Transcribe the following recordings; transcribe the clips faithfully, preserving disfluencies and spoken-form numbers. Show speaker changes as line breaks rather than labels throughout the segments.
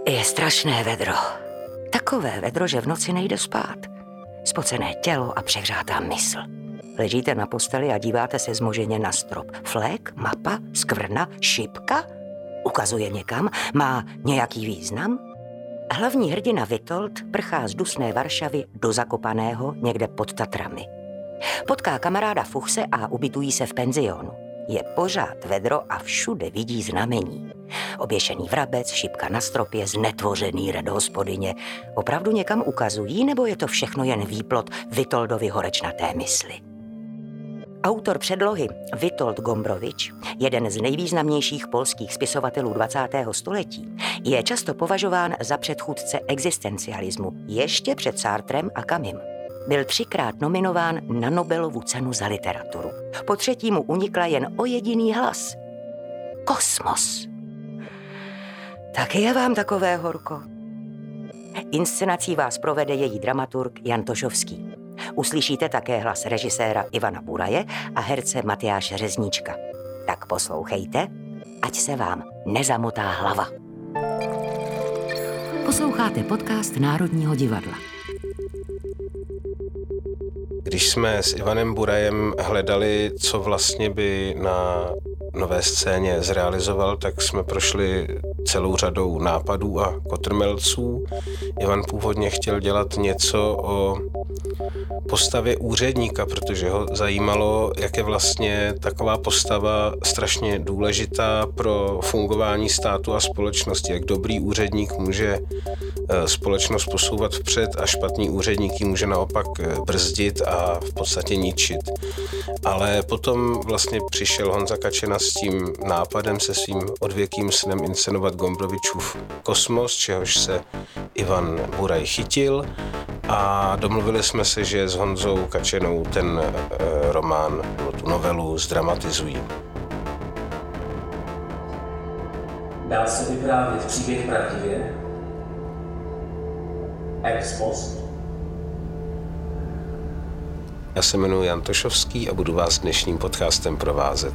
Je strašné vedro. Takové vedro, že v noci nejde spát. Spocené tělo a přehřátá mysl. Ležíte na posteli a díváte se zmoženě na strop. Flék, mapa, skvrna, šipka? Ukazuje někam? Má nějaký význam? Hlavní hrdina Witold prchá z dusné Varšavy do Zakopaného někde pod Tatrami. Potká kamaráda Fuchse a ubytují se v penzionu. Je pořád vedro a všude vidí znamení. Oběšený vrabec, šipka na stropě, znetvořený red hospodyně. Opravdu někam ukazují, nebo je to všechno jen výplod Witoldovy horečnaté mysli? Autor předlohy Witold Gombrowicz, jeden z nejvýznamnějších polských spisovatelů dvacátého století, je často považován za předchůdce existencialismu ještě před Sartrem a Camusem. Byl třikrát nominován na Nobelovu cenu za literaturu. Po třetí mu unikla jen o jediný hlas. Kosmos. Tak je vám takové horko. Inscenací vás provede její dramaturg Jan Tošovský. Uslyšíte také hlas režiséra Ivana Buraje a herce Matyáše Řezníčka. Tak poslouchejte, ať se vám nezamotá hlava. Posloucháte podcast Národního divadla.
Když jsme s Ivanem Burajem hledali, co vlastně by na Nové scéně zrealizoval, tak jsme prošli celou řadou nápadů a kotrmelců. Ivan původně chtěl dělat něco o postavě úředníka, protože ho zajímalo, jak je vlastně taková postava strašně důležitá pro fungování státu a společnosti. Jak dobrý úředník může společnost posouvat vpřed a špatný úředník ji může naopak brzdit a v podstatě ničit. Ale potom vlastně přišel Honza Kačena s tím nápadem, se svým odvěkým snem inscenovat Gombrowicův Kosmos, čehož se Ivan Buraj chytil a domluvili jsme se, že s Honzou Kačenou ten e, román, nebo tu novelu zdramatizují.
Dá se vyprávět příběh pravdivě? Ex post?
Já se jmenuji Jan Tošovský a budu vás dnešním podcastem provázet.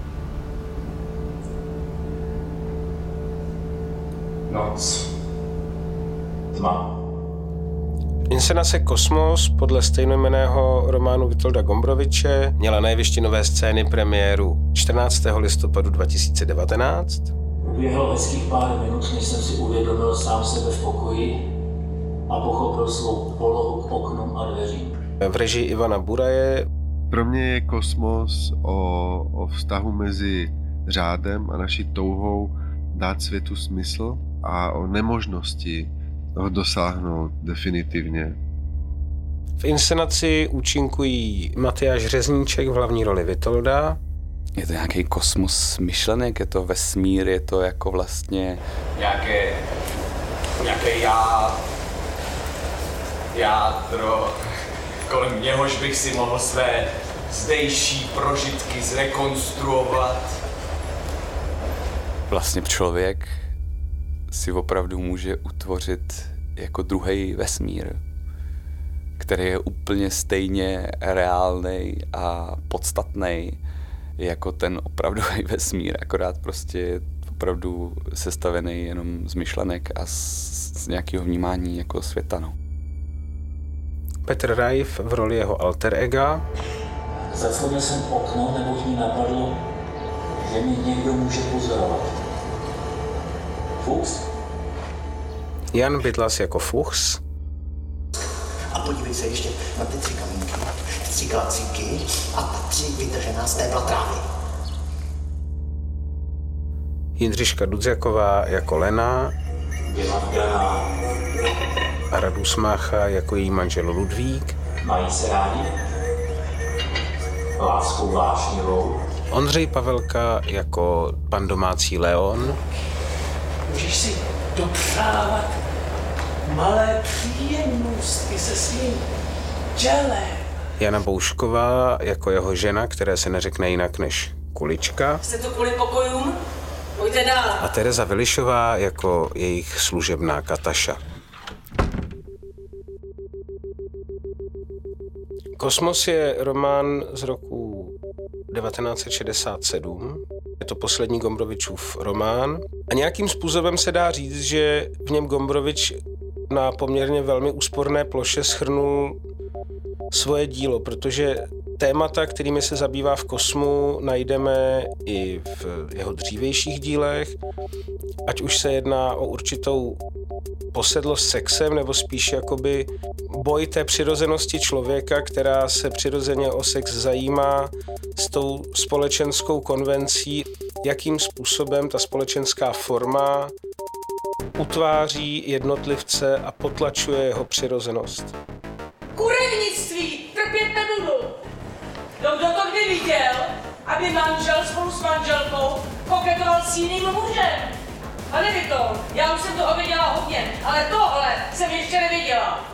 Noc. Tma.
Inscenace Kosmos podle stejnojmenného románu Witolda Gombrowicze měla na jevišti Nové scény premiéru čtrnáctého listopadu dva tisíce devatenáct.
Uběhlo hezkých pár minut, než jsem si uvědomil sám sebe v pokoji a pochopil svou polohu k oknům a dveřím.
V režii Ivana Buraje.
Pro mě je Kosmos o, o vztahu mezi řádem a naší touhou dát světu smysl a o nemožnosti ho dosáhnout definitivně.
V inscenaci účinkují Matyáš Řezníček v hlavní roli Witolda.
Je to nějaký kosmos myšlenek, je to vesmír, je to jako vlastně
nějaké, nějaké já, jádro, kolem něhož bych si mohl své zdejší prožitky zrekonstruovat.
Vlastně člověk si opravdu může utvořit jako druhý vesmír, který je úplně stejně reálnej a podstatnej jako ten opravdový vesmír, akorát prostě je opravdu sestavený jenom z myšlenek a z, z nějakého vnímání jako světa. No.
Petr Rajf v roli jeho alter ega.
Zatvoril jsem okno, neboť mi napadlo, že mi někdo může pozorovat. Fuchs?
Jan Bydlas jako Fuchs.
A podívej se ještě na ty tři kamínky, tři glacíky a ta tři vydržená stébla trávy.
Jindřiška Dudziaková jako Lena.
Dělat granát.
A Radus Mácha jako její manžel Ludvík.
Mají se rádi? Láskou vášnivou.
Ondřej Pavelka jako pan domácí Leon.
Můžeš si dopřávat malé příjemnosti se svým tělem.
Jana Boušková jako jeho žena, které se neřekne jinak než Kulička.
Jste to kvůli pokojům? Pojďte dál.
A Tereza Vilišová jako jejich služebná Kataša. Kosmos je román z roku devatenáct set šedesát sedm. Je to poslední Gombrowiczoův román. A nějakým způsobem se dá říct, že v něm Gombrowicz na poměrně velmi úsporné ploše shrnul svoje dílo, protože témata, kterými se zabývá v Kosmu, najdeme i v jeho dřívějších dílech, ať už se jedná o určitou posedlost sexem, nebo spíš jakoby boj té přirozenosti člověka, která se přirozeně o sex zajímá s tou společenskou konvencí, jakým způsobem ta společenská forma utváří jednotlivce a potlačuje jeho přirozenost.
Kurevnictví trpět nebudu. No kdo to kdy viděl, aby manžel spolu s manželkou koketoval s jiným mužem? Pane Vitor, já už jsem toho viděla hodně, ale tohle jsem ještě neviděla.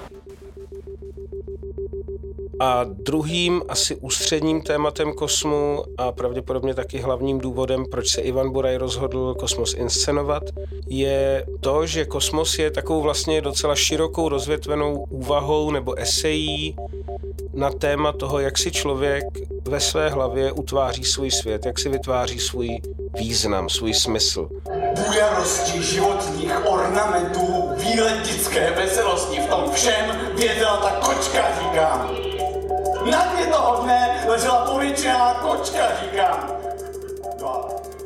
A druhým asi ústředním tématem Kosmu a pravděpodobně taky hlavním důvodem, proč se Ivan Buraj rozhodl Kosmos inscenovat, je to, že Kosmos je takovou vlastně docela širokou rozvětvenou úvahou nebo esejí na téma toho, jak si člověk ve své hlavě utváří svůj svět, jak si vytváří svůj význam, svůj smysl.
Bujarosti životních ornamentů, výletické veselosti, v tom všem věděla ta kočka, říkám. Na dně toho dne ležela povětšená kočka, říkám. No.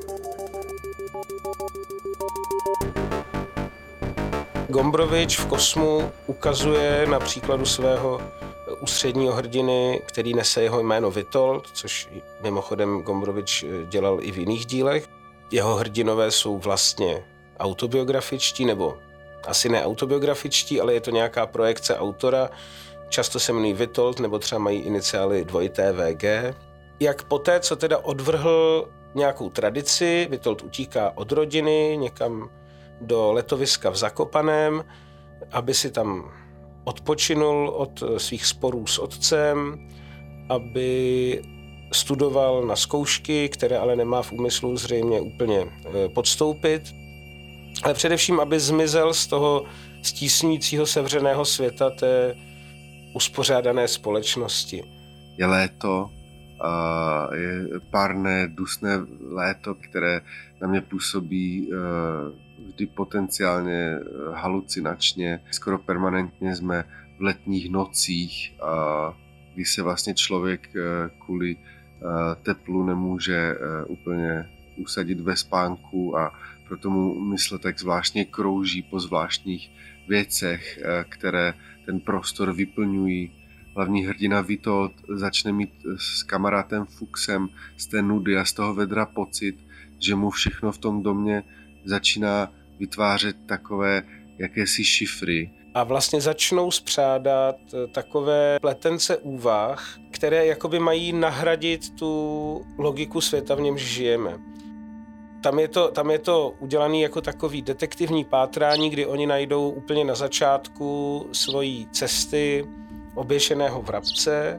Gombrowicz v Kosmu ukazuje na příkladu svého ústředního hrdiny, který nese jeho jméno Witold, což mimochodem Gombrowicz dělal i v jiných dílech. Jeho hrdinové jsou vlastně autobiografičtí, nebo asi ne autobiografičtí, ale je to nějaká projekce autora. Často se jmenují Witold, nebo třeba mají iniciály dvojité V G. Jak poté, co teda odvrhl nějakou tradici, Witold utíká od rodiny někam do letoviska v Zakopaném, aby si tam odpočinul od svých sporů s otcem, aby studoval na zkoušky, které ale nemá v úmyslu zřejmě úplně podstoupit, ale především, aby zmizel z toho stísňujícího sevřeného světa té uspořádané společnosti.
Je léto, a je párné, dusné léto, které na mě působí vždy potenciálně halucinačně. Skoro permanentně jsme v letních nocích, kdy se vlastně člověk kvůli teplu nemůže úplně usadit ve spánku a proto mu mysl tak zvláštně krouží po zvláštních věcech, které ten prostor vyplňují. Hlavní hrdina Witold začne mít s kamarádem Fuchsem z té nudy a z toho vedra pocit, že mu všechno v tom domě začíná vytvářet takové jakési šifry.
A vlastně začnou spřádat takové pletence úvah, které jakoby mají nahradit tu logiku světa, v němž žijeme. Tam je to, tam je to udělané jako takový detektivní pátrání, kdy oni najdou úplně na začátku svojí cesty oběšeného vrabce.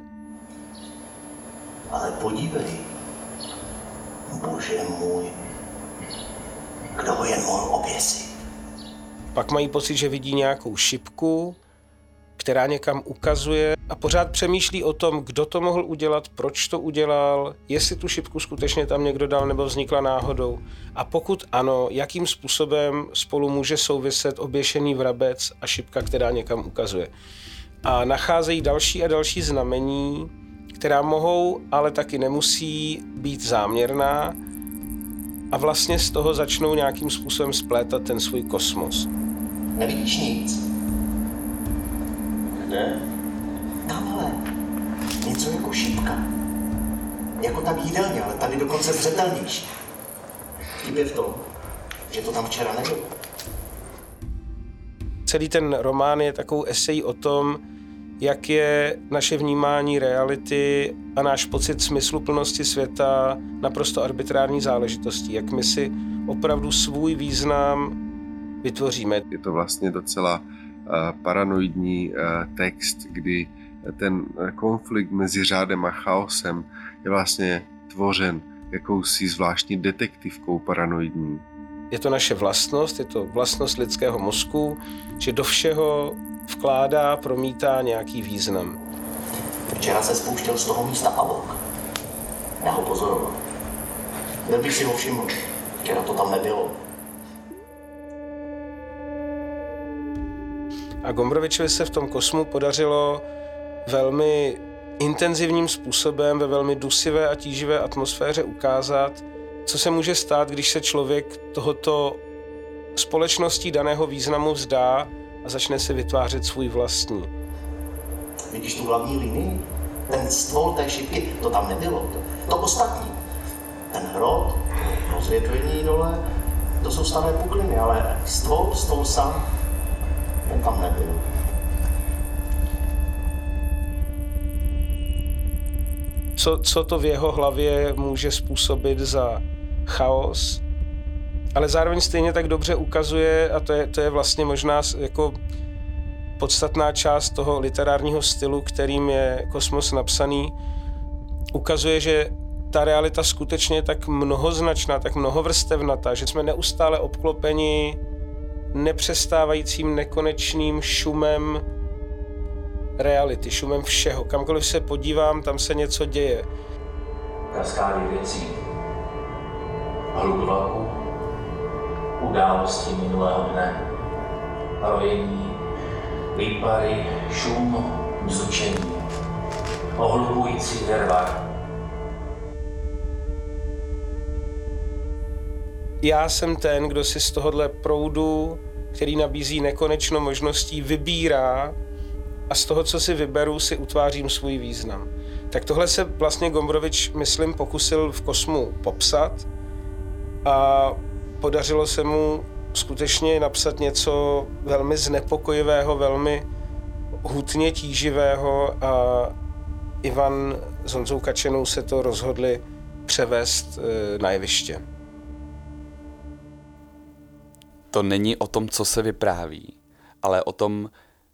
Ale podívej, bože můj, kdo ho jen mohl oběsit.
Pak mají pocit, že vidí nějakou šipku, která někam ukazuje a pořád přemýšlí o tom, kdo to mohl udělat, proč to udělal, jestli tu šipku skutečně tam někdo dal nebo vznikla náhodou. A pokud ano, jakým způsobem spolu může souviset oběšený vrabec a šipka, která někam ukazuje. A nacházejí další a další znamení, která mohou, ale taky nemusí být záměrná a vlastně z toho začnou nějakým způsobem splétat ten svůj kosmos.
Nevidíš nic?
Kde?
Tamhle. Něco jako šipka. Jako tam jídelně, ale tady dokonce zřetelnější. Vtip je v tom, že to tam včera nebylo.
Celý ten román je takovou esejí o tom, jak je naše vnímání reality a náš pocit smysluplnosti světa naprosto arbitrární záležitostí, jak my si opravdu svůj význam vytvoříme.
Je to vlastně docela uh, paranoidní uh, text, kdy ten konflikt mezi řádem a chaosem je vlastně tvořen jakousi zvláštní detektivkou paranoidní.
Je to naše vlastnost, je to vlastnost lidského mozku, že do všeho vkládá, promítá nějaký význam.
Včera se spouštěl z toho místa pavouk. Já ho pozoroval. Byl bych si ho všiml. Včera to tam nebylo.
A Gombrovičovi se v tom kosmu podařilo velmi intenzivním způsobem, ve velmi dusivé a tíživé atmosféře ukázat, co se může stát, když se člověk tohoto společností daného významu vzdá a začne si vytvářet svůj vlastní.
Vidíš tu hlavní linii? Ten stvor té šipky, to tam nebylo. To, to ostatní. Ten hrot, rozvětvení dole, to jsou staré pukliny, ale stvor, stvor sám, ten tam nebyl.
Co, co to v jeho hlavě může způsobit za chaos, ale zároveň stejně tak dobře ukazuje, a to je, to je vlastně možná jako podstatná část toho literárního stylu, kterým je Kosmos napsaný, ukazuje, že ta realita skutečně je tak mnohoznačná, tak mnohovrstevnatá, že jsme neustále obklopeni nepřestávajícím nekonečným šumem reality, šumem všeho. Kamkoliv se podívám, tam se něco děje.
Kaskády věcí, hluk vlaku, události minulého dne, rojení, výpary, šum, bzučení, ohlupující virvar.
Já jsem ten, kdo si z tohohle proudu, který nabízí nekonečno možností, vybírá a z toho, co si vyberu, si utvářím svůj význam. Tak tohle se vlastně Gombrovič, myslím, pokusil v Kosmu popsat a podařilo se mu skutečně napsat něco velmi znepokojivého, velmi hutně tíživého a Ivan s Honzou Kačenou se to rozhodli převést na jeviště.
To není o tom, co se vypráví, ale o tom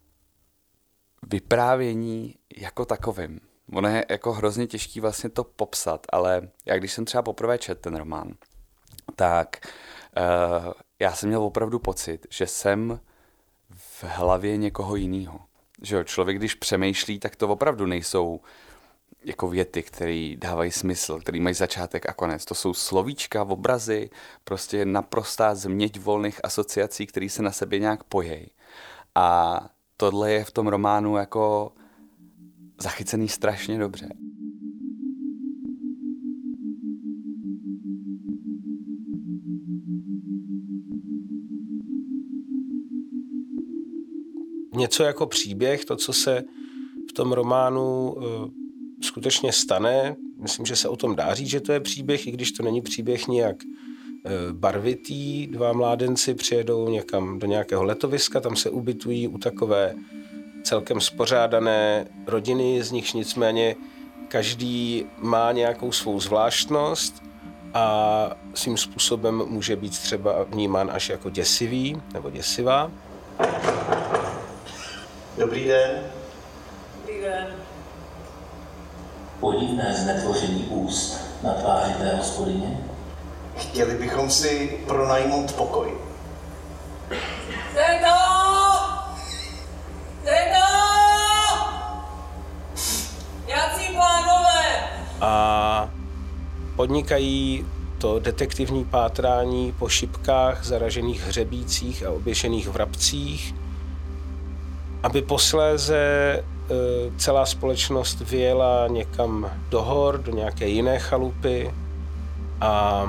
vyprávění jako takovým. Ono je jako hrozně těžký vlastně to popsat, ale já když jsem třeba poprvé četl ten román, tak uh, já jsem měl opravdu pocit, že jsem v hlavě někoho jiného. Že jo, člověk, když přemýšlí, tak to opravdu nejsou jako věty, které dávají smysl, které mají začátek a konec. To jsou slovíčka, obrazy, prostě naprostá změť volných asociací, které se na sebe nějak pojejí. A tohle je v tom románu jako zachycený strašně dobře.
Něco jako příběh, to, co se v tom románu uh, skutečně stane, myslím, že se o tom dá říct, že to je příběh, i když to není příběh nijak uh, barvitý. Dva mládenci přijedou někam do nějakého letoviska, tam se ubytují u takové celkem spořádané rodiny, z nichž nicméně každý má nějakou svou zvláštnost a svým způsobem může být třeba vnímán až jako děsivý nebo děsivá.
Dobrý den.
Dobrý den.
Podivné znetvoření úst na tváři té hospodyně.
Chtěli bychom si pronajmout pokoj.
Zdeňko! Zdeňko! Jací pánové!
A podnikají to detektivní pátrání po šipkách, zaražených hřebících a oběšených vrabcích, aby posléze celá společnost vyjela někam do hor, do nějaké jiné chalupy a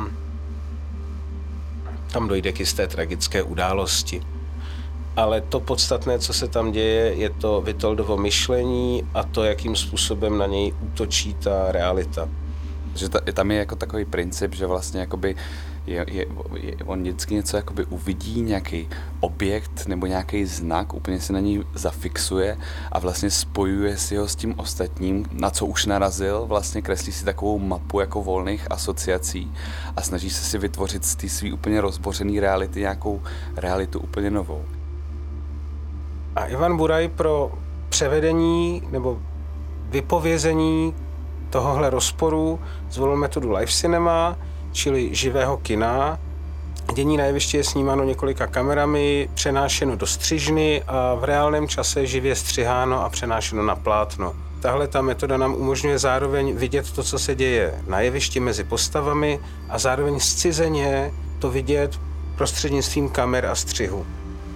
tam dojde k jisté tragické události. Ale to podstatné, co se tam děje, je to Vitoldovo myšlení a to, jakým způsobem na něj útočí ta realita.
Že ta, tam je jako takový princip, že vlastně jakoby je, je, je, on vždycky něco jakoby uvidí, nějaký objekt nebo nějaký znak, úplně se na něj zafixuje a vlastně spojuje si ho s tím ostatním, na co už narazil, vlastně kreslí si takovou mapu jako volných asociací a snaží se si vytvořit z té svý úplně rozbořený reality nějakou realitu úplně novou.
A Ivan Buraj pro převedení nebo vypovězení tohohle rozporu zvolil metodu live cinema, čili živého kina. Dění na jevišti je snímáno několika kamerami, přenášeno do střižny a v reálném čase živě střiháno a přenášeno na plátno. tahle ta metoda nám umožňuje zároveň vidět to, co se děje na jevišti mezi postavami a zároveň zcizeně to vidět prostřednictvím kamer a střihu.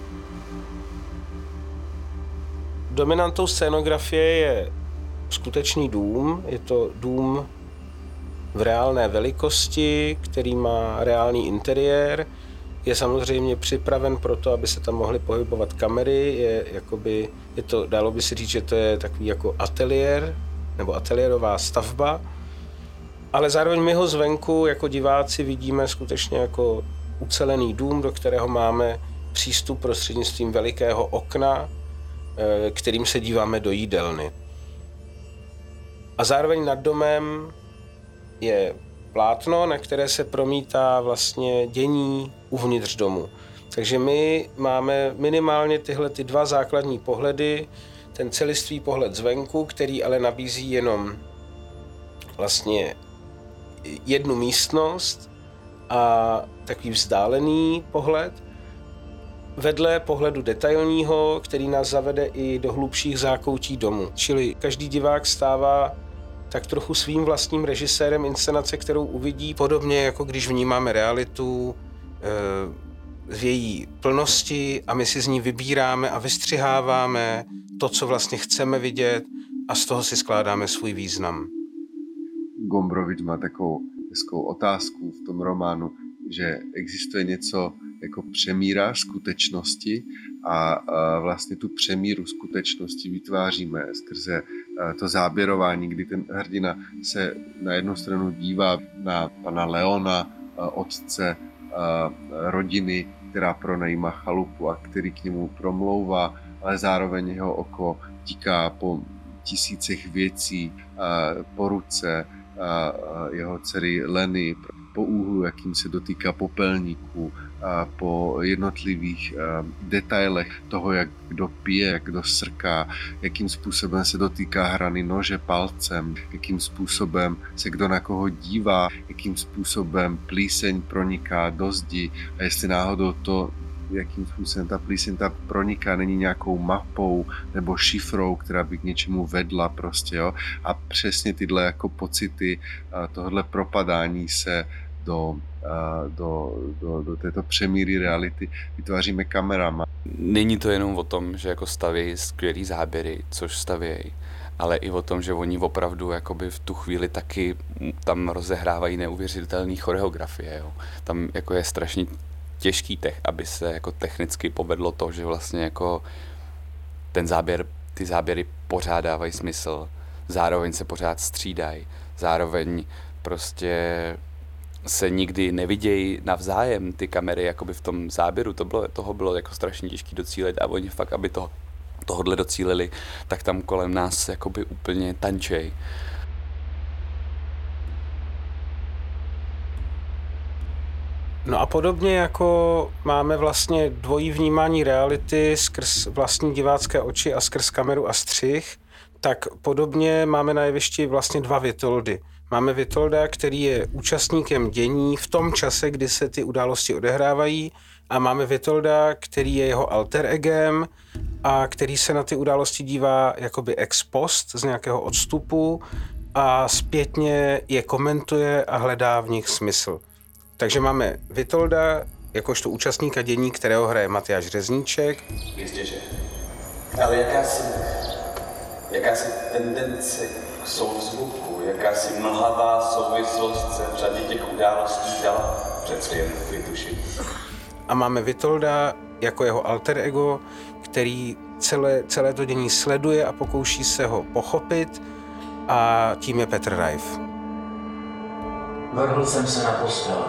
Dominantou scénografie je skutečný dům. Je to dům v reálné velikosti, který má reálný interiér. Je samozřejmě připraven pro to, aby se tam mohly pohybovat kamery. Je, jakoby, je to, dalo by se říct, že to je takový jako ateliér nebo ateliérová stavba. Ale zároveň my ho zvenku jako diváci vidíme skutečně jako ucelený dům, do kterého máme přístup prostřednictvím velikého okna, kterým se díváme do jídelny. A zároveň nad domem je plátno, na které se promítá vlastně dění uvnitř domu. Takže my máme minimálně tyhle ty dva základní pohledy, ten celistvý pohled zvenku, který ale nabízí jenom vlastně jednu místnost a takový vzdálený pohled, vedle pohledu detailního, který nás zavede i do hlubších zákoutí domu. Čili každý divák stává tak trochu svým vlastním režisérem inscenace, kterou uvidí, podobně jako když vnímáme realitu v její plnosti a my si z ní vybíráme a vystřiháváme to, co vlastně chceme vidět a z toho si skládáme svůj význam.
Gombrowicz má takovou hezkou otázku v tom románu, že existuje něco jako přemíra skutečnosti a, a vlastně tu přemíru skutečnosti vytváříme skrze to záběrování, kdy ten hrdina se na jednu stranu dívá na pana Leona, otce rodiny, která pronajímá chalupu a který k němu promlouvá, ale zároveň jeho oko tíká po tisícech věcí, po ruce jeho dcery Leny, po úhlu, jakým se dotýká popelníku, po jednotlivých detailech toho, jak kdo pije, jak kdo srká, jakým způsobem se dotýká hrany nože palcem, jakým způsobem se kdo na koho dívá, jakým způsobem plíseň proniká do zdi a jestli náhodou to, jakým způsobem ta plíseň ta proniká, není nějakou mapou nebo šifrou, která by k něčemu vedla prostě, jo. A přesně tyhle jako pocity tohle propadání se do, do, do, do této přemíry reality vytváříme kamerama.
Není to jenom o tom, že jako stavějí skvělý záběry, což stavějí, ale i o tom, že oni opravdu jakoby v tu chvíli taky tam rozehrávají neuvěřitelné choreografie. Jo. Tam jako je strašně těžký tech, aby se jako technicky povedlo to, že vlastně jako ten záběr, ty záběry pořád dávají smysl, zároveň se pořád střídají, zároveň prostě se nikdy nevidějí navzájem ty kamery jakoby v tom záběru, to bylo, toho bylo jako strašně těžký docílit a oni fakt, aby to, tohodle docílili, tak tam kolem nás jakoby úplně tančej.
No a podobně jako máme vlastně dvojí vnímání reality skrz vlastní divácké oči a skrz kameru a střih, tak podobně máme na jevišti vlastně dva Vitoldy. Máme Vitolda, který je účastníkem dění v tom čase, kdy se ty události odehrávají, a máme Vitolda, který je jeho alter egem a který se na ty události dívá jakoby ex post z nějakého odstupu a zpětně je komentuje a hledá v nich smysl. Takže máme Vitolda jakožto účastníka dění, kterého hraje Matyáš Řezníček.
Jistě, že. Ale jakási, jakási tendence k souzvuku, jakási mlhavá souvislost se v řadě těch událostí dala přece jen vytušit.
A máme Vitolda jako jeho alter ego, který celé, celé to dění sleduje a pokouší se ho pochopit, a tím je Petr Reif.
Vrhl jsem se na postel.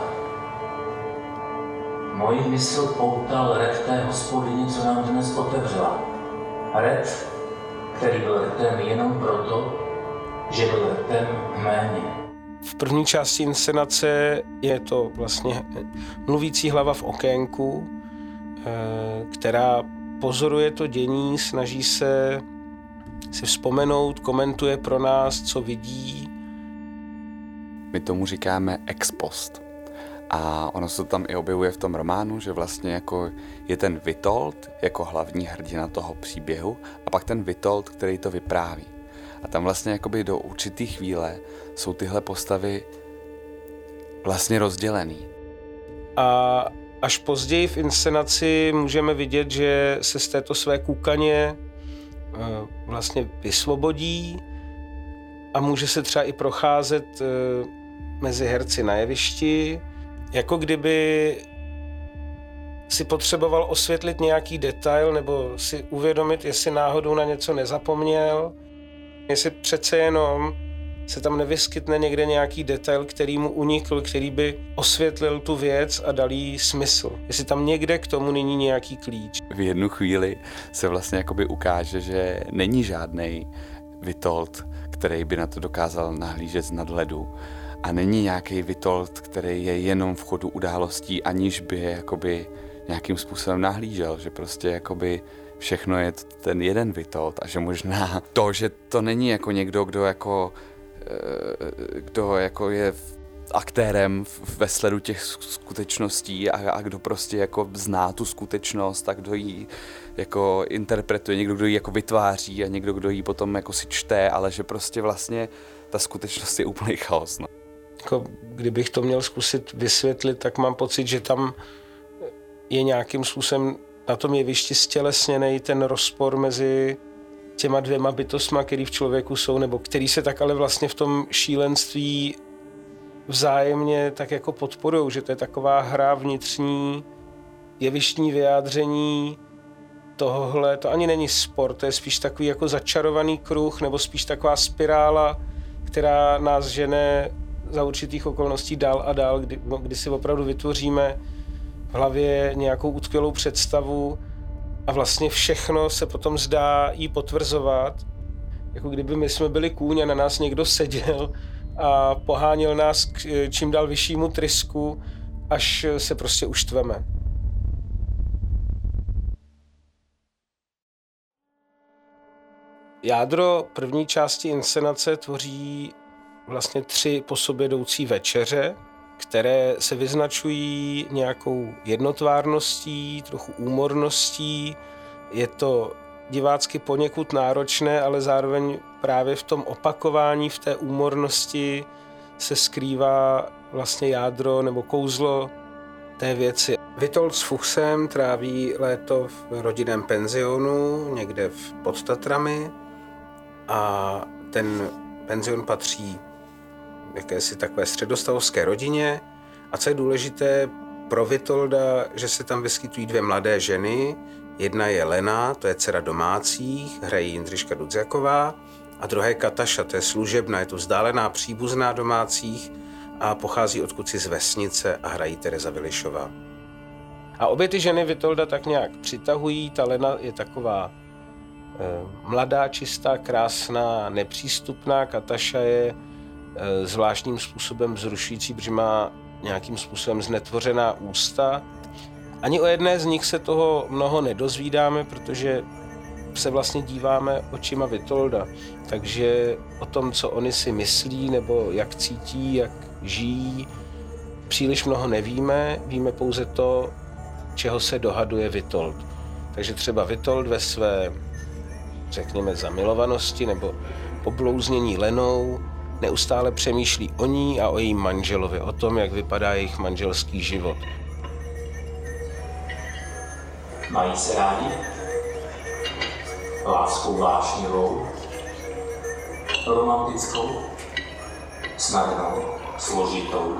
Moji mysl poutal red té hospodyně, co nám dnes otevřela. Red, který byl redem jenom proto, že byl redem méně.
V první části inscenace je to vlastně mluvící hlava v okénku, která pozoruje to dění, snaží se si vzpomenout, komentuje pro nás, co vidí.
My tomu říkáme ex post. A ono se tam i objevuje v tom románu, že vlastně jako je ten Witold jako hlavní hrdina toho příběhu a pak ten Witold, který to vypráví. A tam vlastně jakoby do určitý chvíle jsou tyhle postavy vlastně rozdělený.
A až později v inscenaci můžeme vidět, že se z této své kůkaně vlastně vysvobodí a může se třeba i procházet mezi herci na jevišti, jako kdyby si potřeboval osvětlit nějaký detail nebo si uvědomit, jestli náhodou na něco nezapomněl, jestli přece jenom se tam nevyskytne někde nějaký detail, který mu unikl, který by osvětlil tu věc a dal jí smysl. Jestli tam někde k tomu není nějaký klíč.
V jednu chvíli se vlastně jakoby ukáže, že není žádnej Witold, který by na to dokázal nahlížet z nadhledu. A není nějaký Witold, který je jenom v chodu událostí, aniž by je jakoby nějakým způsobem nahlížel, že prostě jakoby všechno je ten jeden Witold a že možná to, že to není jako někdo, kdo jako kdo jako je aktérem ve sledu těch skutečností a, a kdo prostě jako zná tu skutečnost a kdo ji jako interpretuje, někdo, kdo ji jako vytváří a někdo, kdo ji potom jako si čte, ale že prostě vlastně ta skutečnost je úplný chaos. No.
Jako, kdybych to měl zkusit vysvětlit, tak mám pocit, že tam je nějakým způsobem na tom jevišti stělesněnej ten rozpor mezi těma dvěma bytostma, který v člověku jsou, nebo který se tak ale vlastně v tom šílenství vzájemně tak jako podporujou, že to je taková hra vnitřní, jevištní vyjádření tohohle, to ani není sport, to je spíš takový jako začarovaný kruh, nebo spíš taková spirála, která nás žene za určitých okolností dál a dál, kdy, kdy si opravdu vytvoříme v hlavě nějakou utkvělou představu a vlastně všechno se potom zdá jí potvrzovat, jako kdyby my jsme byli kůň a na nás někdo seděl a poháněl nás k čím dál vyššímu trysku, až se prostě uštveme. Jádro první části inscenace tvoří vlastně tři po sobě jdoucí večeře, které se vyznačují nějakou jednotvárností, trochu úmorností. Je to divácky poněkud náročné, ale zároveň právě v tom opakování, v té úmornosti se skrývá vlastně jádro nebo kouzlo té věci. Witold s Fuchsem tráví léto v rodinném penzionu někde v pod Tatrami a ten penzion patří jakési takové středostavovské rodině. A co je důležité pro Witolda, že se tam vyskytují dvě mladé ženy. Jedna je Lena, to je dcera domácích, hraje Jindřiška Dudziaková, a druhá je Kataša, to je služebná, je to vzdálená příbuzná domácích a pochází odkudsi z vesnice a hrají Tereza Vilišová. A obě ty ženy Witolda tak nějak přitahují, ta Lena je taková eh, mladá, čistá, krásná, nepřístupná, Kataša je eh, zvláštním způsobem vzrušující, protože má nějakým způsobem znetvořená ústa. Ani o jedné z nich se toho mnoho nedozvídáme, protože se vlastně díváme očima Witolda. Takže o tom, co oni si myslí, nebo jak cítí, jak žijí, příliš mnoho nevíme. Víme pouze to, čeho se dohaduje Witold. Takže třeba Witold ve své, řekněme, zamilovanosti nebo poblouznění Lenou neustále přemýšlí o ní a o jejím manželovi, o tom, jak vypadá jejich manželský život.
Mají se rádi? Láskou vášnivou? Romantickou? Snadnou? Složitou?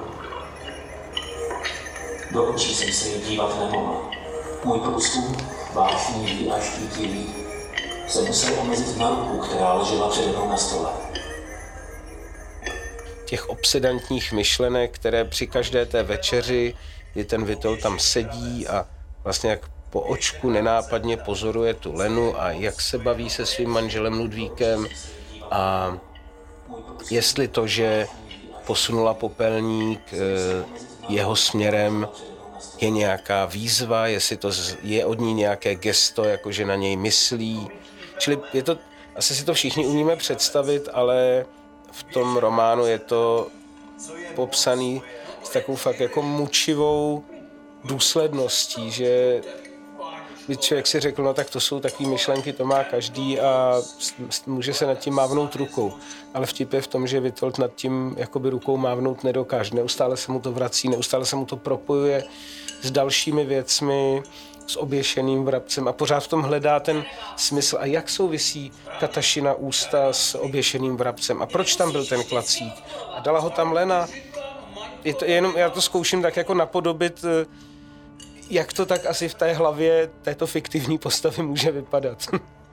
Do očí jsem se jí dívat nemohl. Můj průzkum, vášnivý a štítivý, se musel omezit na ruku, která ležela přede mnou na stole.
Těch obsedantních myšlenek, které při každé té večeři, kdy ten Witold tam sedí a vlastně jak po očku nenápadně pozoruje tu Lenu a jak se baví se svým manželem Ludvíkem a jestli to, že posunula popelník jeho směrem, je nějaká výzva, jestli to je od ní nějaké gesto, jakože na něj myslí. Čili je to, asi si to všichni umíme představit, ale v tom románu je to popsaný s takovou fakt jako mučivou důsledností, že by člověk si řekl, no tak to jsou takové myšlenky, to má každý a může se nad tím mávnout rukou. Ale vtip je v tom, že Witold nad tím jakoby rukou mávnout nedokáže. Neustále se mu to vrací, neustále se mu to propojuje s dalšími věcmi, s oběšeným vrabcem a pořád v tom hledá ten smysl. A jak souvisí Katašina ústa s oběšeným vrabcem? A proč tam byl ten klacík? A dala ho tam Lena? Je to jenom, já to zkouším tak jako napodobit, jak to tak asi v té hlavě této fiktivní postavy může vypadat.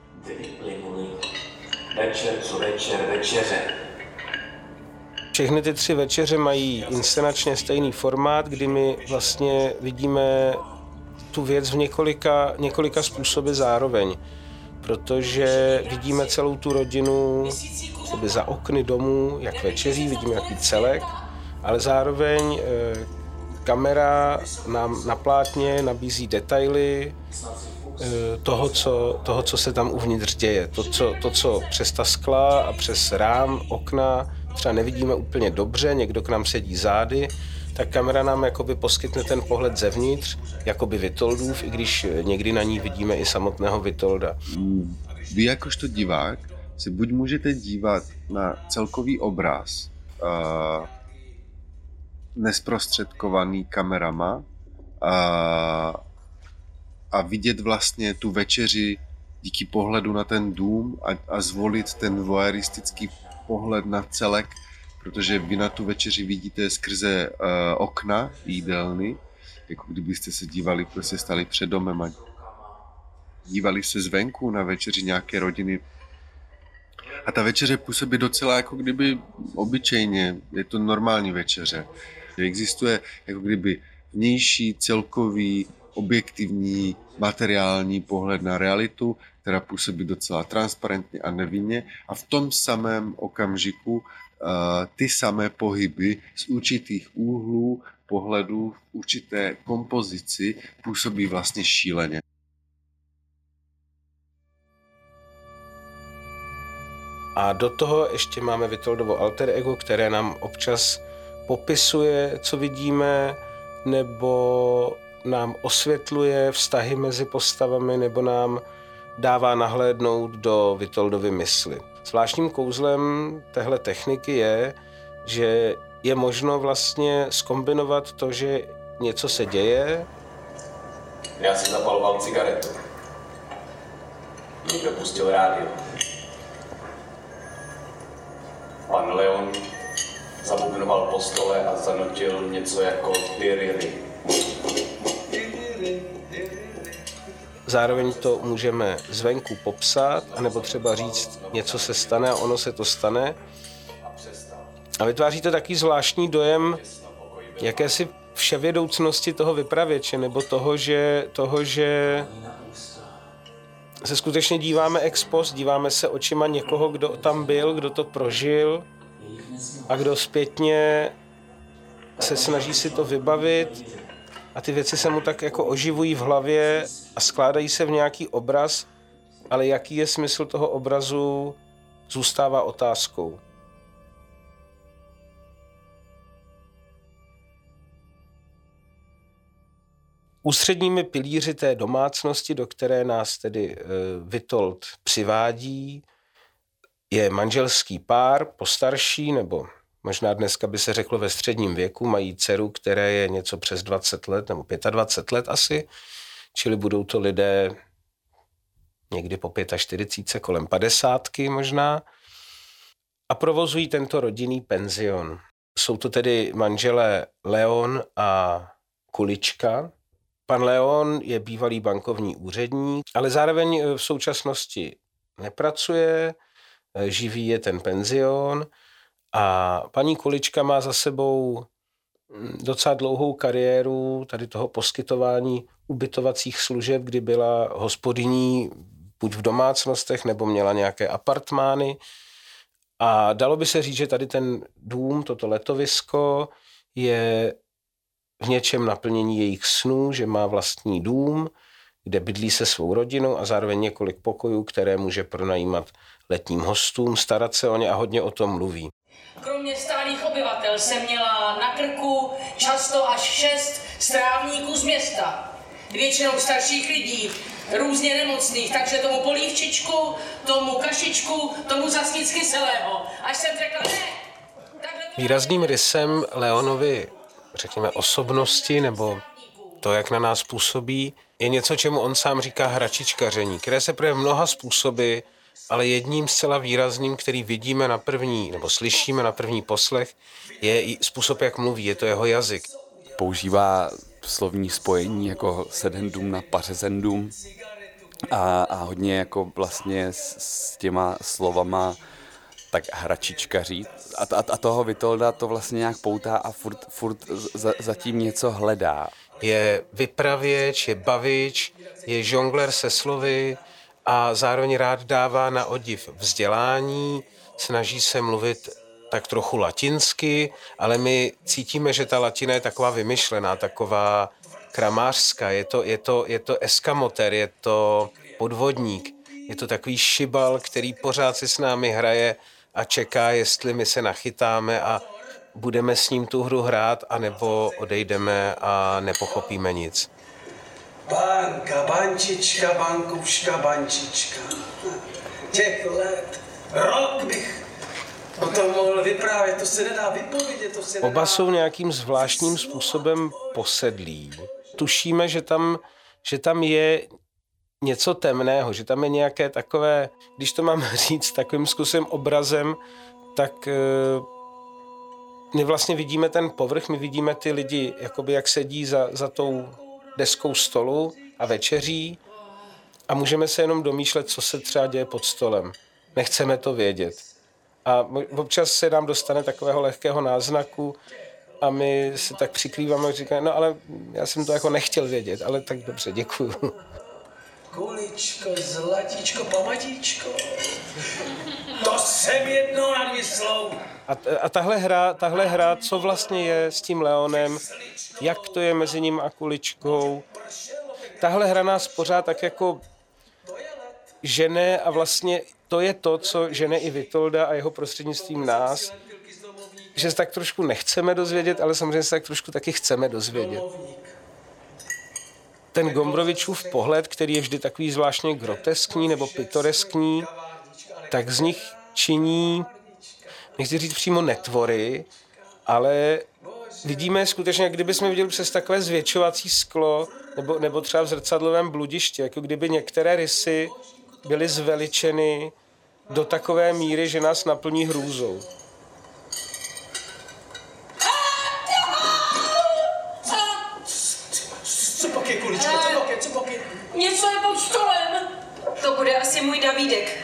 Večer co večer, večeře.
Všechny ty tři večeře mají inscenačně stejný formát, kdy my vlastně vidíme tu věc v několika, několika způsoby zároveň. Protože vidíme celou tu rodinu za okny domů, jak večeří, vidíme jaký celek, ale zároveň e, kamera nám na plátně nabízí detaily e, toho, co, toho, co se tam uvnitř děje. To co, to, co přes ta skla a přes rám, okna třeba nevidíme úplně dobře, někdo k nám sedí zády, tak kamera nám jakoby poskytne ten pohled zevnitř, jakoby Witoldův, i když někdy na ní vidíme i samotného Witolda.
Vy jakožto divák se buď můžete dívat na celkový obraz, uh, nesprostředkovaný kamerama a, a vidět vlastně tu večeři díky pohledu na ten dům a, a zvolit ten voyeuristický pohled na celek, protože vy na tu večeři vidíte skrze uh, okna jídelny, jako kdybyste se dívali, prostě stali před domem a dívali se zvenku na večeři nějaké rodiny. A ta večeře působí docela jako kdyby obyčejně, je to normální večeře. Existuje jako kdyby vnější, celkový, objektivní, materiální pohled na realitu, která působí docela transparentně a nevinně a v tom samém okamžiku uh, ty samé pohyby z určitých úhlů pohledu v určité kompozici působí vlastně šíleně.
A do toho ještě máme Witoldovo alter ego, které nám občas popisuje, co vidíme, nebo nám osvětluje vztahy mezi postavami, nebo nám dává nahlédnout do Witoldovy mysli. Zvláštním kouzlem téhle techniky je, že je možno vlastně zkombinovat to, že něco se děje.
Já si zapaloval cigaretu. Někdo pustil rádio. Pan Leon zabubnoval po stole a zanotil něco jako tyryry.
Zároveň to můžeme zvenku popsat, anebo třeba říct, něco se stane a ono se to stane. A vytváří to takový zvláštní dojem jakési vševědoucnosti toho vypravěče, nebo toho, že, toho, že se skutečně díváme ex post, díváme se očima někoho, kdo tam byl, kdo to prožil a kdo zpětně se snaží si to vybavit a ty věci se mu tak jako oživují v hlavě a skládají se v nějaký obraz, ale jaký je smysl toho obrazu, zůstává otázkou. Ústředními pilíři té domácnosti, do které nás tedy Witold přivádí, je manželský pár, postarší, nebo možná dneska by se řeklo ve středním věku, mají dceru, které je něco přes dvacet let, nebo dvacet pět let asi, čili budou to lidé někdy po čtyřicet pět, kolem padesátky možná, a provozují tento rodinný penzion. Jsou to tedy manželé Leon a Kulička. Pan Leon je bývalý bankovní úředník, ale zároveň v současnosti nepracuje, živí je ten penzion a paní Kulička má za sebou docela dlouhou kariéru tady toho poskytování ubytovacích služeb, kdy byla hospodyní buď v domácnostech, nebo měla nějaké apartmány. A dalo by se říct, že tady ten dům, toto letovisko je v něčem naplnění jejich snů, že má vlastní dům, kde bydlí se svou rodinou a zároveň několik pokojů, které může pronajímat letním hostům, starat se o ně a hodně o tom mluví.
Kromě stálých obyvatel jsem měla na krku často až šest strávníků z města. Většinou starších lidí, různě nemocných, takže tomu polívčičku, tomu kašičku, tomu zasnic kyselého. Až jsem řekla ne.
Výrazným rysem Leonovy, řekněme, osobnosti nebo to, jak na nás působí, je něco, čemu on sám říká hračičkaření, které se projeví mnoha způsoby, ale jedním zcela výrazným, který vidíme na první, nebo slyšíme na první poslech, je i způsob, jak mluví, je to jeho jazyk.
Používá slovní spojení jako sedendum na pařezendum a, a hodně jako vlastně s, s těma slovama tak hračičkaří. A, a, a toho Vitolda to vlastně nějak poutá a furt, furt za, zatím něco hledá.
Je vypravěč, je bavič, je žongler se slovy a zároveň rád dává na odiv vzdělání, snaží se mluvit tak trochu latinsky, ale my cítíme, že ta latina je taková vymyšlená, taková kramářská, je to, je to, je to eskamoter, je to podvodník, je to takový šibal, který pořád si s námi hraje a čeká, jestli my se nachytáme a budeme s ním tu hru hrát, anebo odejdeme a nepochopíme nic.
Banka, bančička, bankuška, bančička. Těch let, rok bych o tom mohl vyprávět, to se nedá vypovědět, to se nedá...
Oba jsou nějakým zvláštním způsobem posedlí. Tušíme, že tam, že tam je něco temného, že tam je nějaké takové, když to mám říct takovým zkusem obrazem, tak my vlastně vidíme ten povrch, my vidíme ty lidi, jakoby jak sedí za, za tou deskou stolu a večeří a můžeme se jenom domýšlet, co se třeba děje pod stolem. Nechceme to vědět. A občas se nám dostane takového lehkého náznaku a my si tak přikrýváme a říkáme, no ale já jsem to jako nechtěl vědět, ale tak dobře, děkuju.
Kuličko, zlatíčko, pamatíčko, to jsem jednou nadvislou.
A, a tahle hra, tahle hra, co vlastně je s tím Leonem, jak to je mezi ním a Kuličkou, tahle hra nás pořád tak jako žene a vlastně to je to, co žene i Vitolda a jeho prostřednictvím nás, že se tak trošku nechceme dozvědět, ale samozřejmě se tak trošku taky chceme dozvědět. Ten Gombrovičův pohled, který je vždy takový zvláštně groteskní nebo pitoreskní, tak z nich činí, nechci říct přímo netvory, ale vidíme skutečně, jak kdyby jsme viděli přes takové zvětšovací sklo nebo, nebo třeba v zrcadlovém bludišti, jako kdyby některé rysy byly zveličeny do takové míry, že nás naplní hrůzou.
Co pak je, Kuličko, co pak je, co pak je?
Něco je pod stolem.
To bude asi můj Davídek.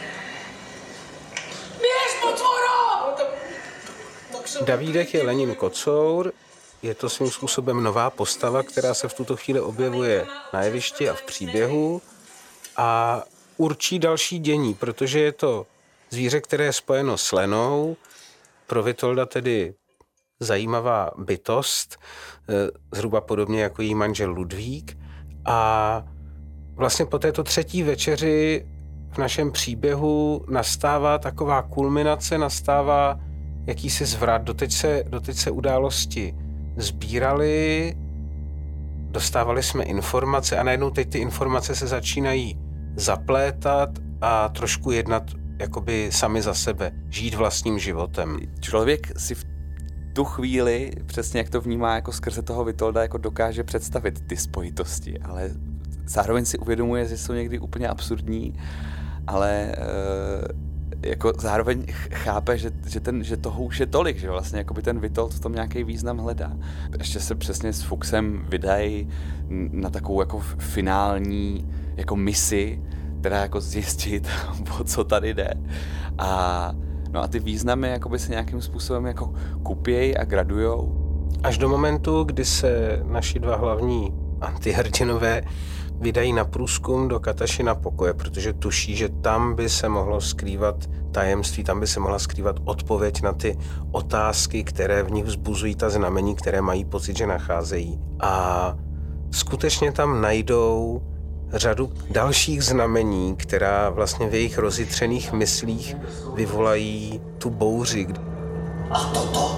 Běž, potvoro!
Davídek je Lenin Kocour, je to svým způsobem nová postava, která se v tuto chvíli objevuje na jevišti a v příběhu a určí další dění, protože je to zvíře, které je spojeno s Lenou, pro Vitolda tedy zajímavá bytost, zhruba podobně jako její manžel Ludvík. A vlastně po této třetí večeři v našem příběhu nastává taková kulminace, nastává jakýsi zvrat. Doteď se, doteď se události sbíraly, dostávali jsme informace a najednou teď ty informace se začínají zaplétat a trošku jednat jakoby sami za sebe, žít vlastním životem.
Člověk si v tu chvíli, přesně jak to vnímá jako skrze toho Vitolda, jako dokáže představit ty spojitosti, ale zároveň si uvědomuje, že jsou někdy úplně absurdní, ale e, jako zároveň chápe, že, že, ten, že toho už je tolik, že vlastně jako by ten Vitold v tom nějaký význam hledá. Ještě se přesně s Fuchsem vydají na takovou jako finální jako misi, teda jako zjistit, o co tady jde. A no a ty významy jakoby se nějakým způsobem jako kupějí a gradujou.
Až do momentu, kdy se naši dva hlavní antihrdinové vydají na průzkum do Katašina pokoje, protože tuší, že tam by se mohlo skrývat tajemství, tam by se mohla skrývat odpověď na ty otázky, které v nich vzbuzují ta znamení, které mají pocit, že nacházejí. A skutečně tam najdou řadu dalších znamení, která vlastně v jejich rozjitřených myslích vyvolají tu bouři.
A toto?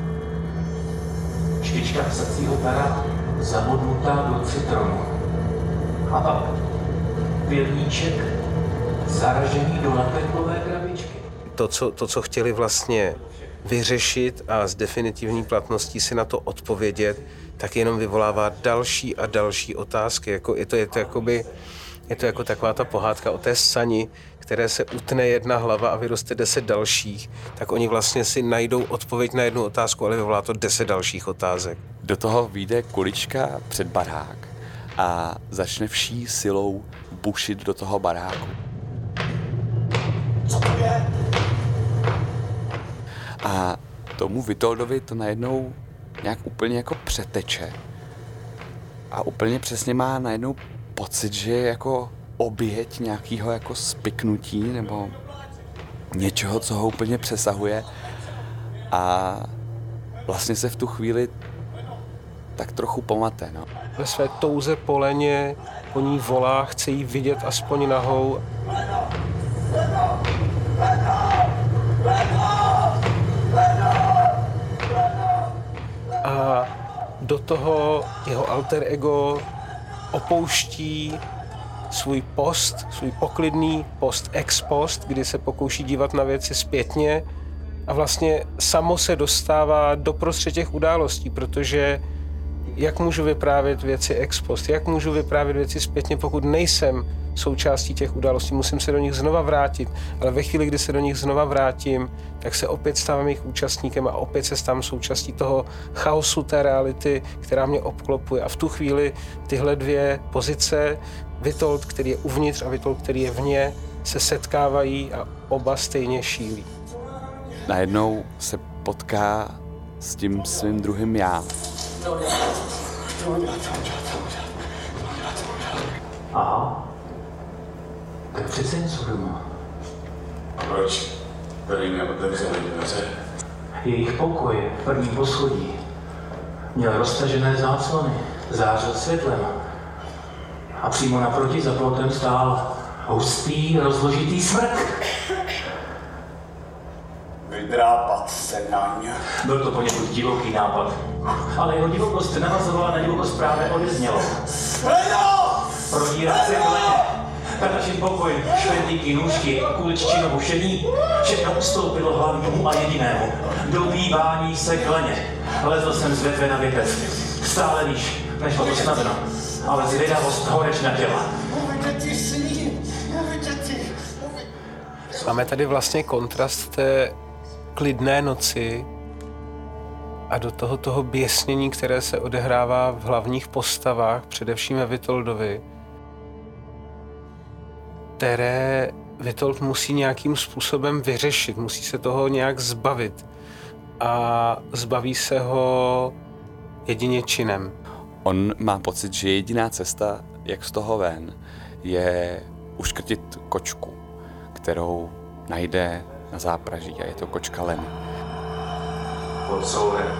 Špička psacího pera zabodnutá do citronu. A pak trpělníček zaražený do lateklové krabičky.
To co, to, co chtěli vlastně vyřešit a s definitivní platností si na to odpovědět, tak jenom vyvolává další a další otázky. Jako, je, to, je, to jakoby, je to jako taková ta pohádka o té sani, které se utne jedna hlava a vyroste deset dalších, tak oni vlastně si najdou odpověď na jednu otázku, ale vyvolá to deset dalších otázek.
Do toho vyjde kulička před barák a začne vší silou bušit do toho baráku.
Co to je?
A tomu Vitoldovi to najednou nějak úplně jako přeteče. A úplně přesně má najednou pocit, že je jako oběť nějakého jako spiknutí nebo něčeho, co ho úplně přesahuje. A vlastně se v tu chvíli tak trochu pomate, no.
Ve své touze po Leně po ní volá, chce jí vidět aspoň nahou. A do toho jeho alter ego opouští svůj post, svůj poklidný post ex post, kdy se pokouší dívat na věci zpětně a vlastně samo se dostává do prostřed těch událostí, protože jak můžu vyprávět věci ex post, jak můžu vyprávět věci zpětně, pokud nejsem součástí těch událostí, musím se do nich znova vrátit, ale ve chvíli, kdy se do nich znova vrátím, tak se opět stávám jejich účastníkem a opět se stávám součástí toho chaosu té reality, která mě obklopuje. A v tu chvíli tyhle dvě pozice, Vitold, který je uvnitř a Vitold, který je vně, se setkávají a oba stejně šílí.
Najednou se potká s tím svým druhým já.
Aha. Tak přece něco doma.
A proč tady neotevřeli dveře?
Jejich pokoj v prvním poschodí měl roztažené záclony, zářil světlem. A přímo naproti za plotem stál hustý, rozložitý smrk.
Vydrápat se na ně.
Byl to poněkud divoký nápad, ale jeho divokost navazovala na divokost právě odeznělo.
Leno!
Prodírat se kleně. Katačin pokoj, švendíky, nůžky, kuliččino bušení, všechno ustoupilo hlavnímu a jedinému. Dobývání se kleně. Lezl jsem z větve na větev. Stále výš, nešlo to snadno, ale zvědavost horečna těla.
Máme tady vlastně kontrast té klidné noci a do toho toho běsnění, které se odehrává v hlavních postavách, především ve Vitoldovi, které Vitold musí nějakým způsobem vyřešit, musí se toho nějak zbavit a zbaví se ho jedině činem.
On má pocit, že jediná cesta, jak z toho ven, je uškrtit kočku, kterou najde na zápraží a je to kočka Leny.
Kocoure.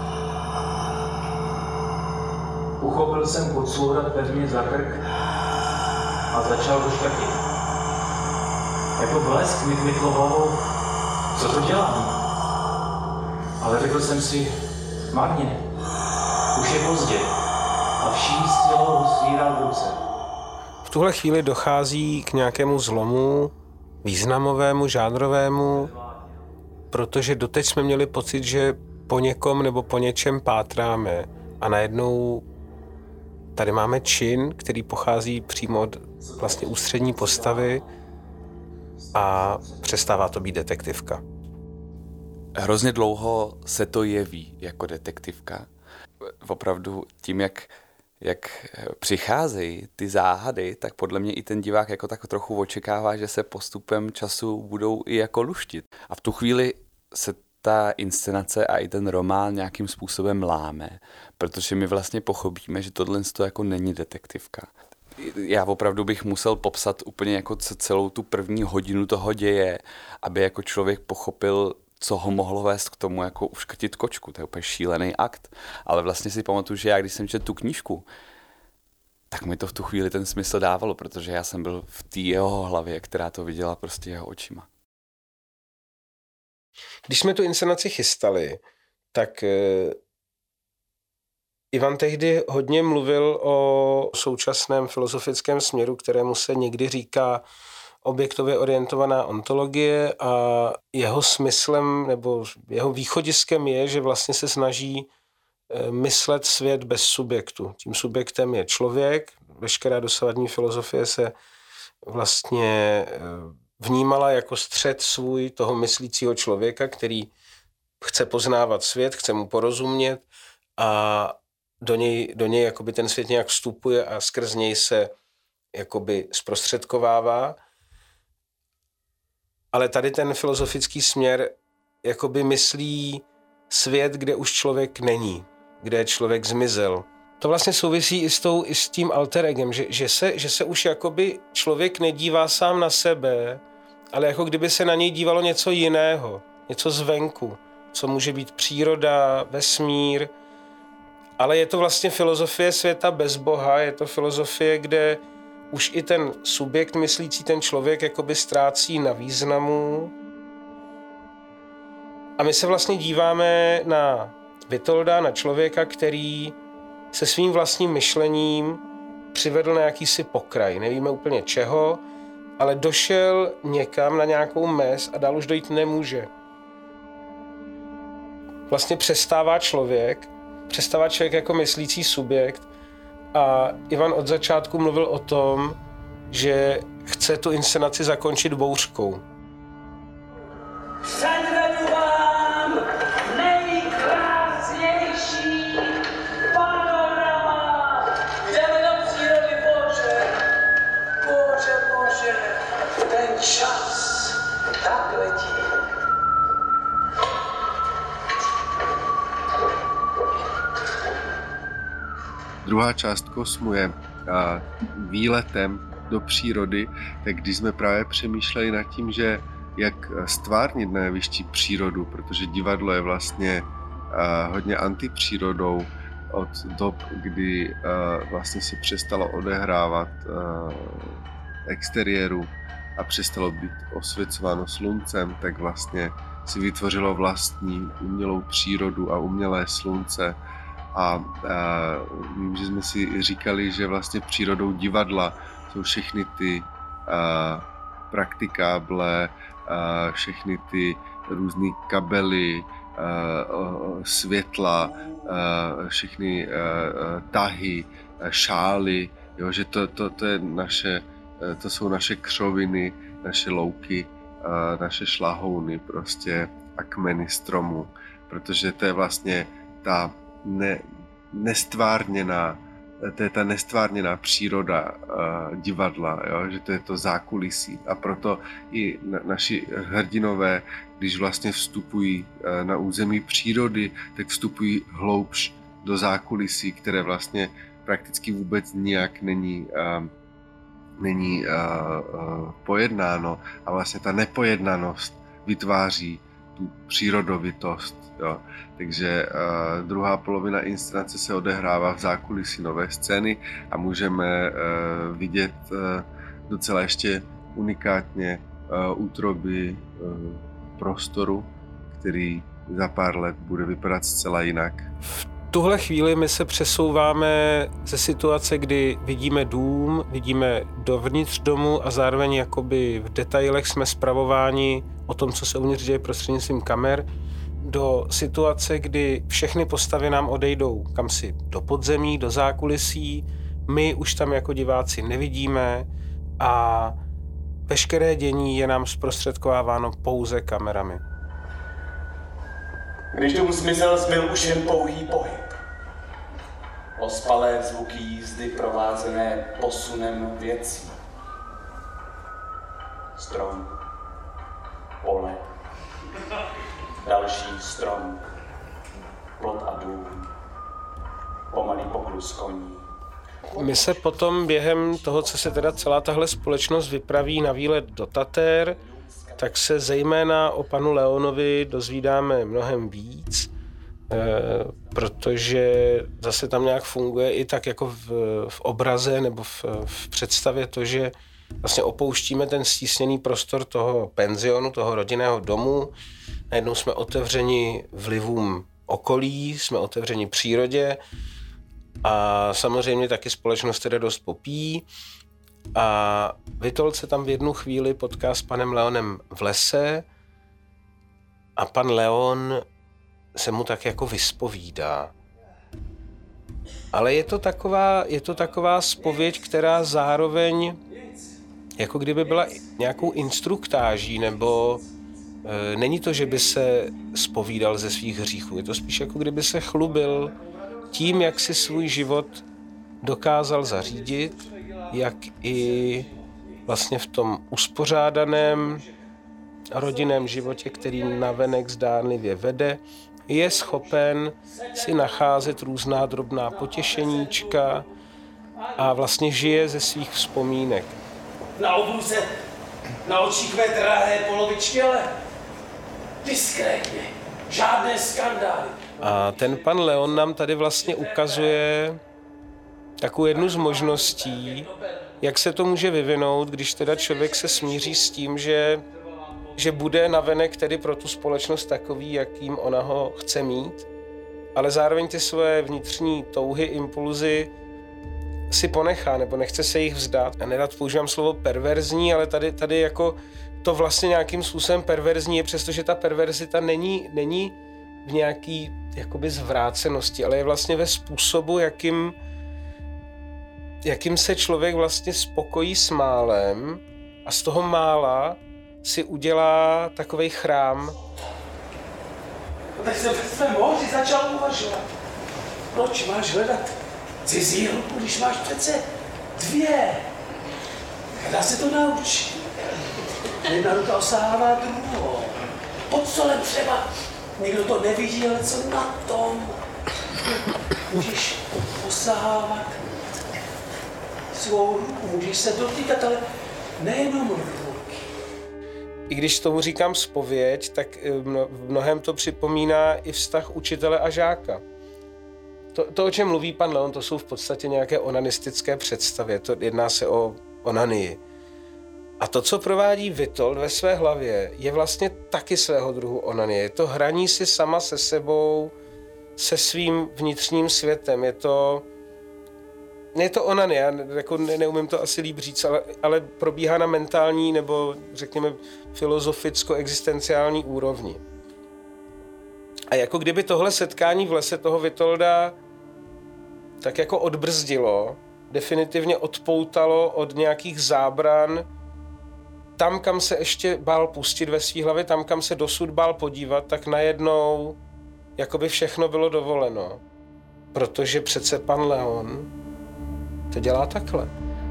Uchopil jsem kocoura pevně za krk a začal ho škrtit. Jako blesk mi kmitlo hlavou, co to dělám? Ale řekl jsem si, marně, už je pozdě a vší silou ho svíral v ruce.
V tuhle chvíli dochází k nějakému zlomu, významovému, žánrovému, protože doteď jsme měli pocit, že po někom nebo po něčem pátráme a najednou tady máme čin, který pochází přímo od vlastně ústřední postavy a přestává to být detektivka.
Hrozně dlouho se to jeví jako detektivka. Opravdu tím, jak, jak přicházejí ty záhady, tak podle mě i ten divák jako tak trochu očekává, že se postupem času budou i jako luštit. A v tu chvíli se ta inscenace a i ten román nějakým způsobem láme, protože my vlastně pochopíme, že tohle jako není detektivka. Já opravdu bych musel popsat úplně jako celou tu první hodinu toho děje, aby jako člověk pochopil, co ho mohlo vést k tomu jako uškrtit kočku. To je úplně šílený akt. Ale vlastně si pamatuju, že já když jsem četl tu knížku, tak mi to v tu chvíli ten smysl dávalo, protože já jsem byl v té jeho hlavě, která to viděla prostě jeho očima.
Když jsme tu inscenaci chystali, tak Ivan tehdy hodně mluvil o současném filozofickém směru, kterému se někdy říká objektově orientovaná ontologie, a jeho smyslem nebo jeho východiskem je, že vlastně se snaží myslet svět bez subjektu. Tím subjektem je člověk. Veškerá dosavadní filozofie se vlastně vnímala jako střed svůj toho myslícího člověka, který chce poznávat svět, chce mu porozumět a do něj, do něj jakoby ten svět nějak vstupuje a skrz něj se jakoby zprostředkovává. Ale tady ten filozofický směr jakoby myslí svět, kde už člověk není, kde člověk zmizel. To vlastně souvisí i s, tou, i s tím alter egem, že, že, se, že se už jakoby člověk nedívá sám na sebe, ale jako kdyby se na něj dívalo něco jiného, něco zvenku, co může být příroda, vesmír, ale je to vlastně filozofie světa bez Boha, je to filozofie, kde už i ten subjekt myslící, ten člověk, jakoby ztrácí na významu. A my se vlastně díváme na Vitolda, na člověka, který se svým vlastním myšlením přivedl na jakýsi pokraj. Nevíme úplně čeho, ale došel někam na nějakou mez a dál už dojít nemůže. Vlastně přestává člověk, přestává člověk jako myslící subjekt a Ivan od začátku mluvil o tom, že chce tu inscenaci zakončit bouřkou.
Předvedu vám nejkrásnější panorama. Jdeme do přírody, Bože. Bože, Bože, ten čas tak letí.
Druhá část Kosmu je a, výletem do přírody, tak když jsme právě přemýšleli nad tím, že jak stvárnit na jevišti přírodu, protože divadlo je vlastně a, hodně antipřírodou od dob, kdy a, vlastně se přestalo odehrávat a, exteriéru a přestalo být osvěcováno sluncem, tak vlastně si vytvořilo vlastní umělou přírodu a umělé slunce. A, a vím, že jsme si říkali, že vlastně přírodou divadla jsou všechny ty a, praktikáble, a, všechny ty různé kabely, a, a, světla, a, všechny a, a, tahy, a, šály, jo, že to, to, to, je naše, to jsou naše křoviny, naše louky, a, naše šlahouny prostě a kmeny stromů, protože to je vlastně ta Ne, nestvárněná, to je ta nestvárněná příroda uh, divadla, jo? Že to je to zákulisí. A proto i na, naši hrdinové, když vlastně vstupují uh, na území přírody, tak vstupují hloubš do zákulisí, které vlastně prakticky vůbec nijak není, uh, není uh, uh, pojednáno. A vlastně ta nepojednanost vytváří tu přírodovitost. Jo. Takže uh, druhá polovina inscenace se odehrává v zákulisí nové scény a můžeme uh, vidět uh, docela ještě unikátně uh, útroby uh, prostoru, který za pár let bude vypadat zcela jinak.
V tuhle chvíli my se přesouváme ze situace, kdy vidíme dům, vidíme dovnitř domu a zároveň jakoby v detailech jsme spravováni o tom, co se uvnitř děje prostřednictvím kamer, do situace, kdy všechny postavy nám odejdou kamsi do podzemí, do zákulisí, my už tam jako diváci nevidíme a veškeré dění je nám zprostředkováváno pouze kamerami.
Když tomu smysl zbyl už jen pouhý pohyb. Ospalé zvuky jízdy provázené posunem věcí. Strom, pole, další strom, plot a dům, pomalý poklus koní.
My se potom během toho, co se teda celá tahle společnost vypraví na výlet do Tater, tak se zejména o panu Leonovi dozvídáme mnohem víc, protože zase tam nějak funguje i tak jako v, v obraze nebo v, v představě to, že vlastně opouštíme ten stísněný prostor toho penzionu, toho rodinného domu. Najednou jsme otevřeni vlivům okolí, jsme otevřeni přírodě A samozřejmě taky společnost teda dost popíjí. A Witold se tam v jednu chvíli potká s panem Leonem v lese a pan Leon se mu tak jako vyspovídá. Ale je to taková, je to taková zpověď, která zároveň jako kdyby byla nějakou instruktáží, nebo e, není to, že by se zpovídal ze svých hříchů. Je to spíš jako kdyby se chlubil tím, jak si svůj život dokázal zařídit, jak i vlastně v tom uspořádaném rodinném životě, který navenek zdánlivě vede, je schopen si nacházet různá drobná potěšeníčka a vlastně žije ze svých vzpomínek.
Na obruce, na očích mé drahé polovičky, ale diskrétně, žádné skandály.
A ten pan Leon nám tady vlastně ukazuje takovou jednu z možností, jak se to může vyvinout, když teda člověk se smíří s tím, že, že bude navenek tedy pro tu společnost takový, jakým ona ho chce mít, ale zároveň ty své vnitřní touhy, impulzy si ponechá, nebo nechce se jich vzdát. Já nerad používám slovo perverzní, ale tady, tady jako to vlastně nějakým způsobem perverzní je, přestože ta perverzita není, není v nějaký jakoby zvrácenosti, ale je vlastně ve způsobu, jakým jakým se člověk vlastně spokojí s málem a z toho mála si udělá takovej chrám.
No tak jsem ve svém moři začal uvažovat. Proč máš hledat cizí ruku, když máš přece dvě? Dá se to naučit. Jedna ruka osahává druhou. Pod solem třeba. Nikdo to nevidí, ale co na tom? Můžeš osahávat svou ruku, můžeš se dotýkat, ale nejenom ruky.
I když tomu říkám zpověď, tak v mnohem to připomíná i vztah učitele a žáka. To, to, o čem mluví pan Leon, to jsou v podstatě nějaké onanistické představy. To jedná se o onanii. A to, co provádí Witold ve své hlavě, je vlastně taky svého druhu onanie. Je to hraní si sama se sebou, se svým vnitřním světem. Je to Je to onanie, já jako ne, neumím to asi líp říct, ale, ale probíhá na mentální nebo řekněme filozoficko-existenciální úrovni. A jako kdyby tohle setkání v lese toho Witolda tak jako odbrzdilo, definitivně odpoutalo od nějakých zábran tam, kam se ještě bál pustit ve svý hlavě, tam, kam se dosud bál podívat, tak najednou jakoby všechno bylo dovoleno. Protože přece pan Leon to dělá takhle.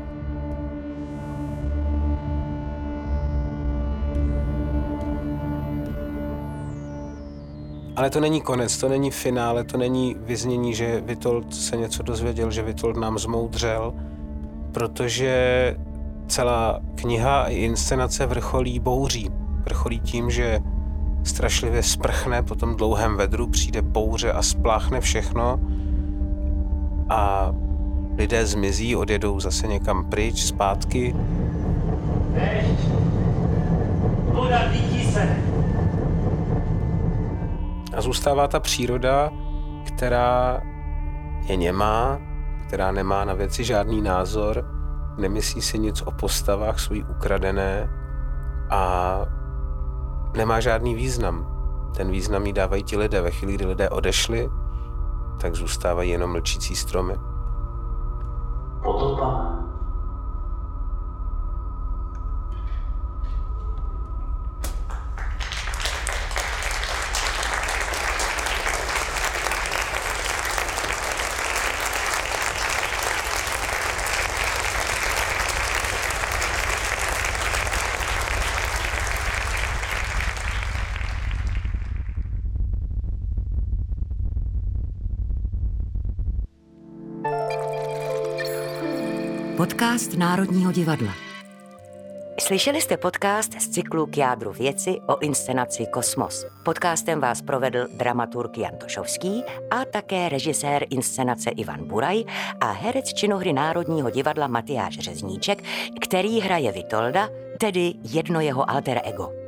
Ale to není konec, to není finále, to není vyznění, že Witold se něco dozvěděl, že Witold nám zmoudřel, protože celá kniha i inscenace vrcholí bouří. Vrcholí tím, že strašlivě sprchne po tom dlouhém vedru, přijde bouře a spláchne všechno a lidé zmizí, odjedou zase někam pryč, zpátky.
Dešť! Voda dítí se!
A zůstává ta příroda, která je němá, která nemá na věci žádný názor, nemyslí si nic o postavách svojí ukradené a nemá žádný význam. Ten význam jí dávají ti lidé. Ve chvíli, kdy lidé odešli, tak zůstávají jenom mlčící stromy.
Potopa.
Podcast Národního divadla. Slyšeli jste podcast z cyklu K jádru věci o inscenaci Kosmos. Podcastem vás provedl dramaturg Jan Tošovský a také režisér inscenace Ivan Buraj a herec činohry Národního divadla Matyáš Řezníček, který hraje Witolda, tedy jedno jeho alter ego.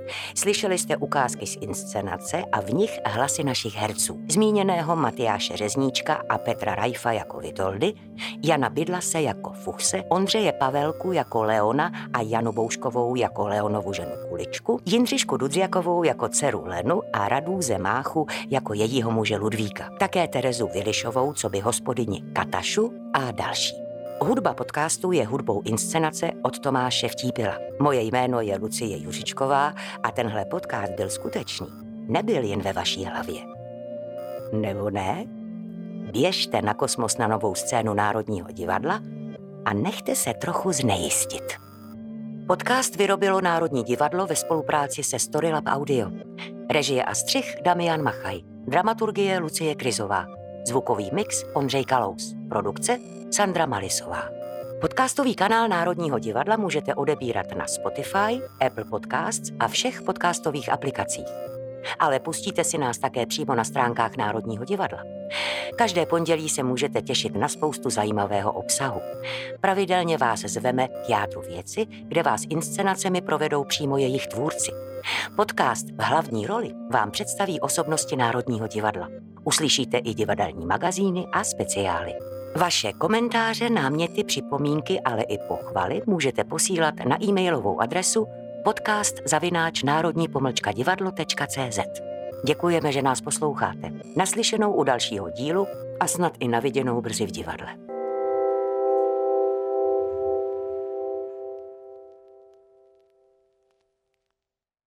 Slyšeli jste ukázky z inscenace a v nich hlasy našich herců. Zmíněného Matyáše Řezníčka a Petra Rajfa jako Vitoldy, Jana Bydlase jako Fuchse, Ondřeje Pavelku jako Leona a Janu Bouškovou jako Leonovu ženu Kuličku, Jindřišku Dudziakovou jako dceru Lenu a Radůze Máchu jako jejího muže Ludvíka. Také Terezu Vilišovou, co by hospodyni Katašu a další. Hudba podcastu je hudbou inscenace od Tomáše Vtípila. Moje jméno je Lucie Juřičková a tenhle podcast byl skutečný. Nebyl jen ve vaší hlavě. Nebo ne? Běžte na Kosmos na novou scénu Národního divadla a nechte se trochu znejistit. Podcast vyrobilo Národní divadlo ve spolupráci se Storylab Audio. Režie a střih Damian Machaj. Dramaturgie Lucie Kryzová. Zvukový mix Ondřej Kalous. Produkce Sandra Malisová. Podcastový kanál Národního divadla můžete odebírat na Spotify, Apple Podcasts a všech podcastových aplikacích. Ale pustíte si nás také přímo na stránkách Národního divadla. Každé pondělí se můžete těšit na spoustu zajímavého obsahu. Pravidelně vás zveme k jádru věci, kde vás inscenacemi provedou přímo jejich tvůrci. Podcast v hlavní roli vám představí osobnosti Národního divadla. Uslyšíte i divadelní magazíny a speciály. Vaše komentáře, náměty, připomínky, ale i pochvaly můžete posílat na e-mailovou adresu podcast zavináč národní pomlčka divadlo tečka cé zet. Děkujeme, že nás posloucháte. Naslyšenou u dalšího dílu a snad i na viděnou brzy v divadle.